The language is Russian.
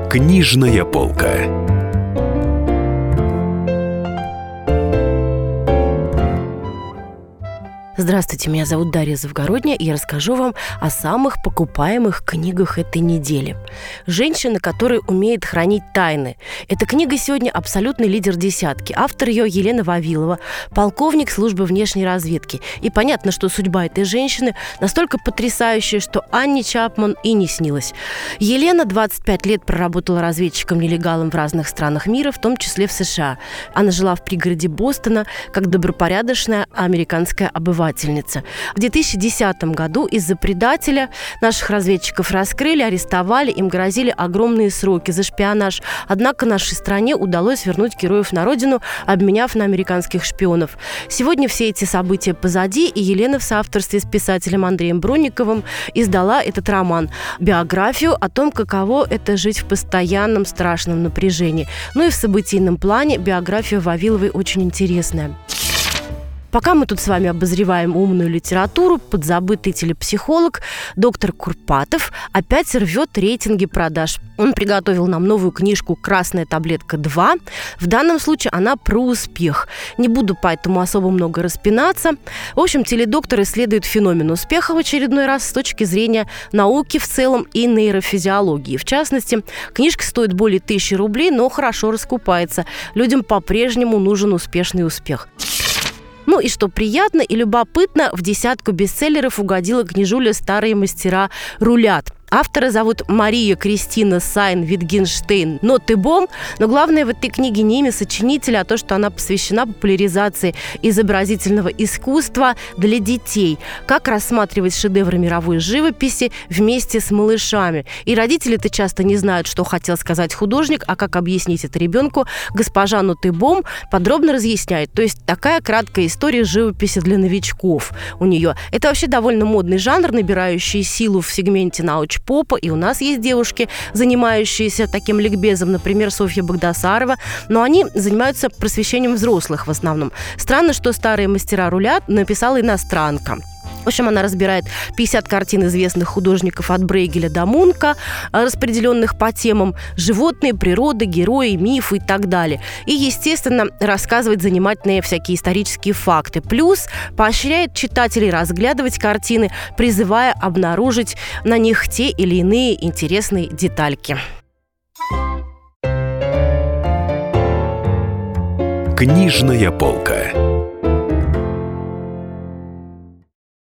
Книжная полка. Здравствуйте, меня зовут Дарья Завгородняя, и я расскажу вам о самых покупаемых книгах этой недели. «Женщина, которая умеет хранить тайны». Эта книга сегодня абсолютный лидер десятки. Автор ее Елена Вавилова, полковник службы внешней разведки. И понятно, что судьба этой женщины настолько потрясающая, что Анне Чапман и не снилась. Елена 25 лет проработала разведчиком-нелегалом в разных странах мира, в том числе в США. Она жила в пригороде Бостона как добропорядочная американская обывательница. В 2010 году из-за предателя наших разведчиков раскрыли, арестовали, им грозили огромные сроки за шпионаж. Однако нашей стране удалось вернуть героев на родину, обменяв на американских шпионов. Сегодня все эти события позади, и Елена в соавторстве с писателем Андреем Бронниковым издала этот роман, биографию о том, каково это жить в постоянном страшном напряжении. Ну и в событийном плане биография Вавиловой очень интересная. Пока мы тут с вами обозреваем умную литературу, подзабытый телепсихолог доктор Курпатов опять рвет рейтинги продаж. Он приготовил нам новую книжку «Красная таблетка 2». В данном случае она про успех. Не буду поэтому особо много распинаться. В общем, теледоктор исследует феномен успеха в очередной раз с точки зрения науки в целом и нейрофизиологии. В частности, книжка стоит более 1000 рублей, но хорошо раскупается. Людям по-прежнему нужен успешный успех. Ну и что приятно и любопытно, в десятку бестселлеров угодила книжуля «Старые мастера рулят». Автора зовут Мария Кристина Сайн-Витгенштейн Нотебом, но главное в этой книге не имя сочинителя, а то, что она посвящена популяризации изобразительного искусства для детей. Как рассматривать шедевры мировой живописи вместе с малышами. И родители-то часто не знают, что хотел сказать художник, а как объяснить это ребенку. Госпожа Нотебом подробно разъясняет. То есть такая краткая история живописи для новичков у нее. Это вообще довольно модный жанр, набирающий силу в сегменте научпопа, и у нас есть девушки, занимающиеся таким ликбезом, например, Софья Багдасарова, но они занимаются просвещением взрослых в основном. Странно, что «Старые мастера рулят» написала иностранка. В общем, она разбирает 50 картин известных художников от Брейгеля до Мунка, распределенных по темам животные, природа, герои, мифы и так далее. И, естественно, рассказывает занимательные всякие исторические факты. Плюс поощряет читателей разглядывать картины, призывая обнаружить на них те или иные интересные детальки. Книжная полка.